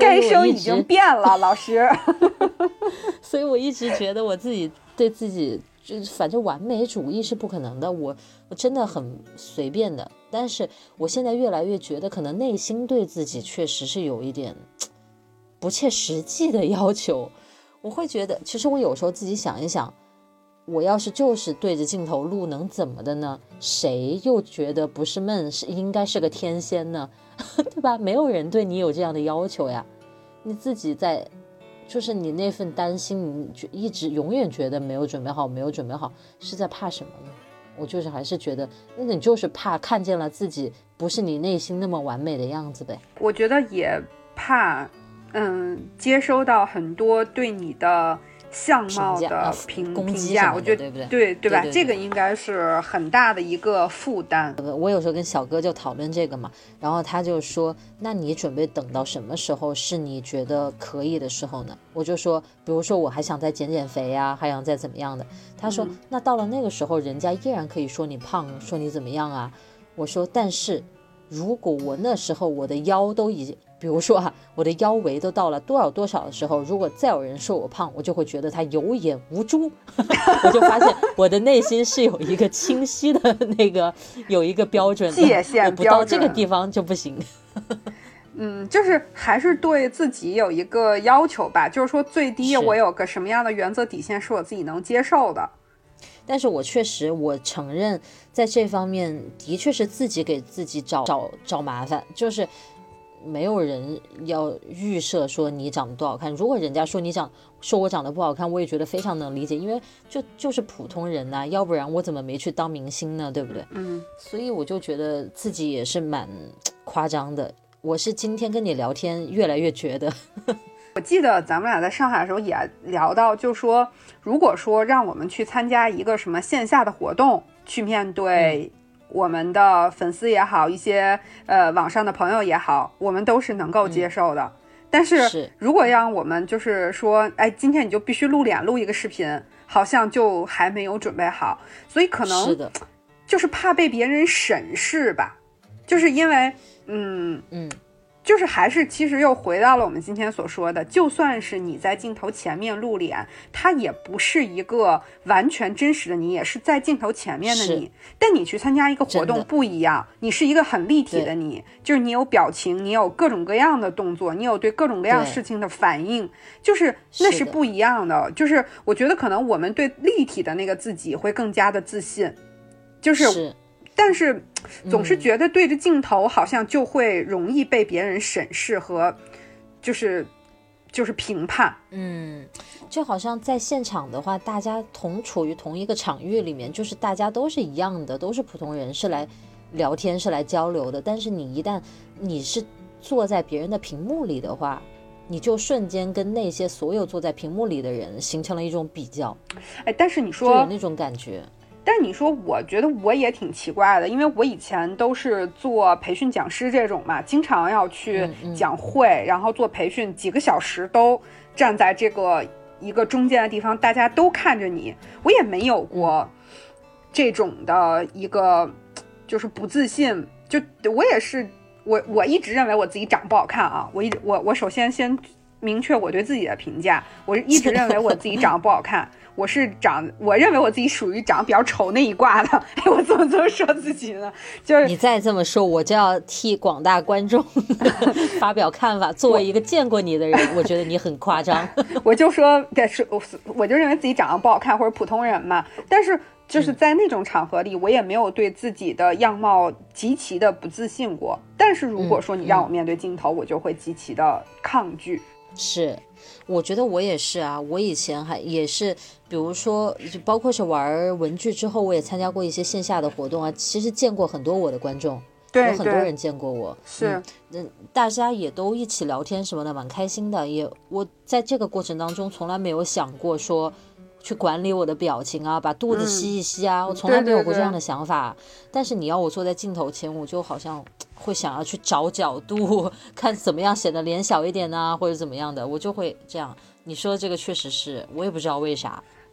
S2: 天生已经变了，老师。
S1: 所以我一直觉得我自己对自己就反正完美主义是不可能的，我真的很随便的。但是我现在越来越觉得，可能内心对自己确实是有一点不切实际的要求。我会觉得，其实我有时候自己想一想，我要是就是对着镜头录，能怎么的呢？谁又觉得不是梦，是应该是个天仙呢？对吧？没有人对你有这样的要求呀。你自己在，就是你那份担心，你就一直永远觉得没有准备好，没有准备好，是在怕什么呢？我就是还是觉得，那你就是怕看见了自己不是你内心那么完美的样子呗。
S2: 我觉得也怕，接收到很多对你的相貌的评价，我觉得对吧？这个应该是很大的一个负担。
S1: 我有时候跟小哥就讨论这个嘛，然后他就说，那你准备等到什么时候是你觉得可以的时候呢？我就说，比如说我还想再减肥呀，还想再怎么样的。他说，那到了那个时候，人家依然可以说你胖，说你怎么样啊。我说，但是如果我那时候我的腰都已经，比如说啊，我的腰围都到了多少多少的时候，如果再有人说我胖，我就会觉得他有眼无珠。我就发现我的内心是有一个清晰的那个有一个标准的
S2: 界限，
S1: 不到这个地方就不行。
S2: 就是还是对自己有一个要求吧，就是说最低我有个什么样的原则底线是我自己能接受的。
S1: 但是我确实，我承认在这方面的确是自己给自己找麻烦，就是没有人要预设说你长得多好看。如果人家说我长得不好看，我也觉得非常能理解，因为就是普通人呐，要不然我怎么没去当明星呢？对不对？所以我就觉得自己也是蛮夸张的。我是今天跟你聊天越来越觉得
S2: 我记得咱们俩在上海的时候也聊到，就说如果说让我们去参加一个什么线下的活动，去面对我们的粉丝也好，一些网上的朋友也好，我们都是能够接受的。但是如果让我们就是说，哎，今天你就必须露脸录一个视频，好像就还没有准备好，所以可能就是怕被别人审视吧，就是因为就是还是其实又回到了我们今天所说的，就算是你在镜头前面露脸，它也不是一个完全真实的你，也是在镜头前面的你。但你去参加一个活动不一样，你是一个很立体的你，就是你有表情，你有各种各样的动作，你有对各种各样事情的反应，就是那是不一样的。就是我觉得可能我们对立体的那个自己会更加的自信，就是但是总是觉得对着镜头好像就会容易被别人审视和就是评判。
S1: 就好像在现场的话，大家处于同一个场域里面，就是大家都是一样的，都是普通人，是来聊天，是来交流的。但是你一旦你是坐在别人的屏幕里的话，你就瞬间跟那些所有坐在屏幕里的人形成了一种比较。
S2: 但是你说
S1: 就有那种感觉。
S2: 但是你说我觉得我也挺奇怪的，因为我以前都是做培训讲师这种嘛，经常要去讲会，然后做培训几个小时都站在这个一个中间的地方，大家都看着你，我也没有过这种的一个就是不自信。就我也是我一直认为我自己长不好看啊，我首先明确我对自己的评价，我一直认为我自己长得不好看我认为我自己属于长得比较丑那一挂的。哎，我怎么这么说自己呢？就是
S1: 你再这么说，我就要替广大观众发表看法。作为一个见过你的人，我觉得你很夸张。
S2: 我就说，我就认为自己长得不好看或者普通人嘛。但是就是在那种场合里，我也没有对自己的样貌极其的不自信过。但是如果说你让我面对镜头，我就会极其的抗拒。
S1: 是，我觉得我也是啊。我以前也是，比如说，就包括是玩文具之后，我也参加过一些线下的活动啊。其实见过很多我的观众，有很多人见过我，
S2: 是，
S1: 大家也都一起聊天什么的，蛮开心的。我在这个过程当中从来没有想过说去管理我的表情啊，把肚子吸一吸啊，我从来没有过这样的想法。但是你要我坐在镜头前，我就好像会想要去找角度，看怎么样显得脸小一点啊，或者怎么样的，我就会这样。你说这个确实是，我也不知道为啥。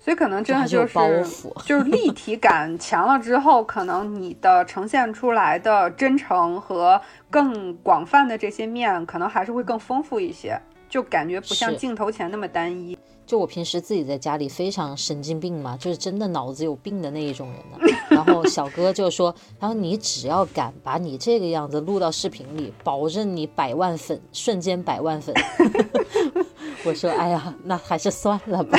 S2: 所以可能真的
S1: 就是包袱，
S2: 就是立体感强了之后，可能你的呈现出来的真诚和更广泛的这些面，可能还是会更丰富一些，就感觉不像镜头前那么单一。
S1: 就我平时自己在家里非常神经病嘛，就是真的脑子有病的那一种人呢。然后小哥就说，然后你只要敢把你这个样子录到视频里，保证你100万粉，瞬间100万粉。我说，哎呀，那还是算了吧。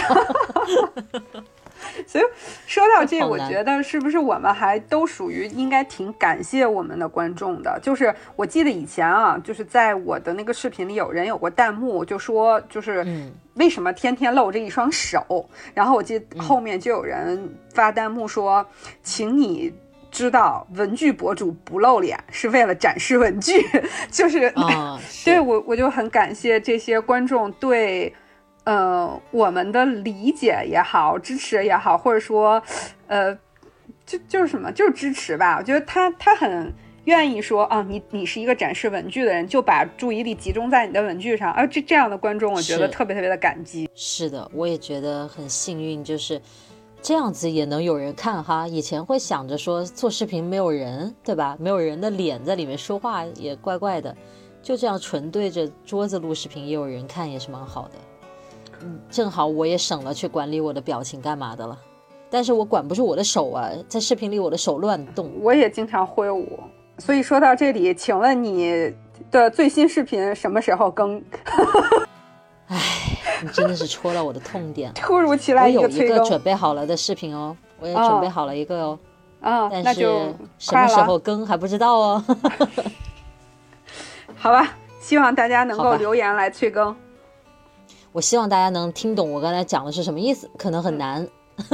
S2: 所以说到这，我觉得是不是我们还都属于应该挺感谢我们的观众的？就是我记得以前啊，就是在我的那个视频里，有人有过弹幕，就说就是为什么天天露这一双手？然后我记得后面就有人发弹幕说，请你知道文具博主不露脸是为了展示文具，就是对我就很感谢这些观众对我们的理解也好，支持也好，或者说就是什么，就是支持吧。我觉得他很愿意说啊，你是一个展示文具的人，就把注意力集中在你的文具上，这样的观众我觉得特别特别的感激。
S1: 是的，我也觉得很幸运，就是这样子也能有人看哈。以前会想着说做视频没有人，对吧？没有人的脸在里面说话也怪怪的，就这样纯对着桌子录视频也有人看，也是蛮好的。正好我也省了去管理我的表情干嘛的了，但是我管不住我的手啊，在视频里我的手乱动，
S2: 我也经常挥舞。所以说到这里，请问你的最新视频什么时候更？
S1: 唉，你真的是戳到我的痛点。
S2: 突如其来一个催更。
S1: 我有一个准备好了的视频哦，我也准备好了一个哦，但是什么时候更还不知道哦。
S2: 好吧，希望大家能够留言来催更。
S1: 我希望大家能听懂我刚才讲的是什么意思，可能很难。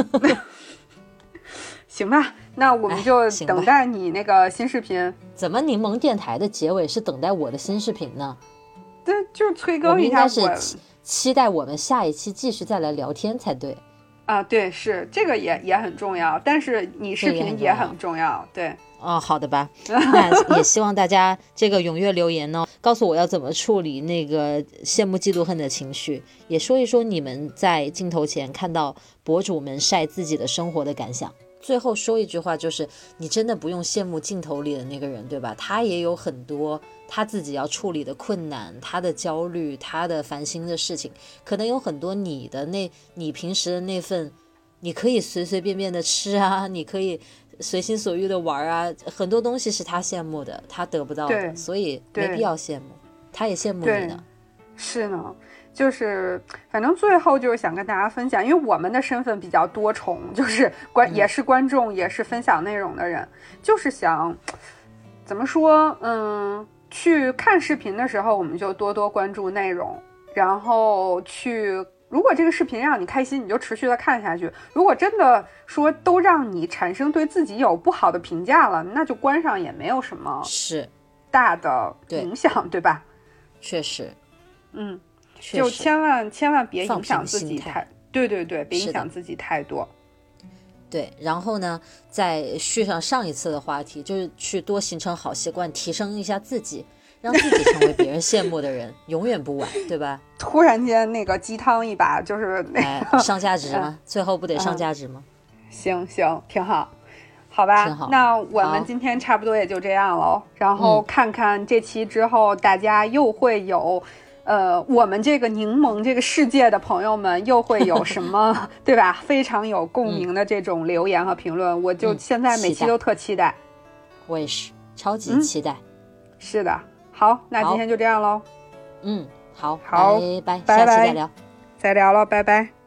S2: 行吧，那我们就等待你那个新视频。怎
S1: 么柠檬电台的结尾是等待我的新视频呢？
S2: 对，就是催更一下。
S1: 我们应该是期待我们下一期继续再来聊天才对。
S2: 对，是这个也很重要，但是你视频也很重要。对。
S1: 好的吧。那也希望大家这个踊跃留言呢，告诉我要怎么处理那个羡慕嫉妒恨的情绪，也说一说你们在镜头前看到博主们晒自己的生活的感想。最后说一句话，就是你真的不用羡慕镜头里的那个人，对吧？他也有很多他自己要处理的困难，他的焦虑，他的烦心的事情，可能有很多你平时的那份，你可以随随便便的吃啊，你可以随心所欲的玩啊，很多东西是他羡慕的，他得不到的，所以没必要羡慕，他也羡慕你呢。
S2: 是呢，就是反正最后就是想跟大家分享，因为我们的身份比较多重，就是也是观众，也是分享内容的人，就是想怎么说，去看视频的时候，我们就多多关注内容，然后如果这个视频让你开心，你就持续的看下去。如果真的说都让你产生对自己有不好的评价了，那就关上也没有什么大的影响， 对吧？
S1: 确实，
S2: 就千万别影响自己太，对，别影响自己太多。
S1: 对，然后呢，再续上上一次的话题，就是去多形成好习惯，提升一下自己，让自己成为别人羡慕的人，永远不晚，对吧？
S2: 突然间那个鸡汤一把，就是
S1: 上价值吗？最后不得上价值吗？
S2: 行，挺好，好吧，
S1: 挺好。
S2: 那我们今天差不多也就这样了，然后看看这期之后，大家又会有我们这个柠檬这个世界的朋友们又会有什么对吧？非常有共鸣的这种留言和评论，我就现在每期都特期待。
S1: 我也是超级期待。
S2: 是的，好，那今天就这样咯。
S1: 好，
S2: 好，
S1: 拜拜，下期再聊
S2: 了，拜拜。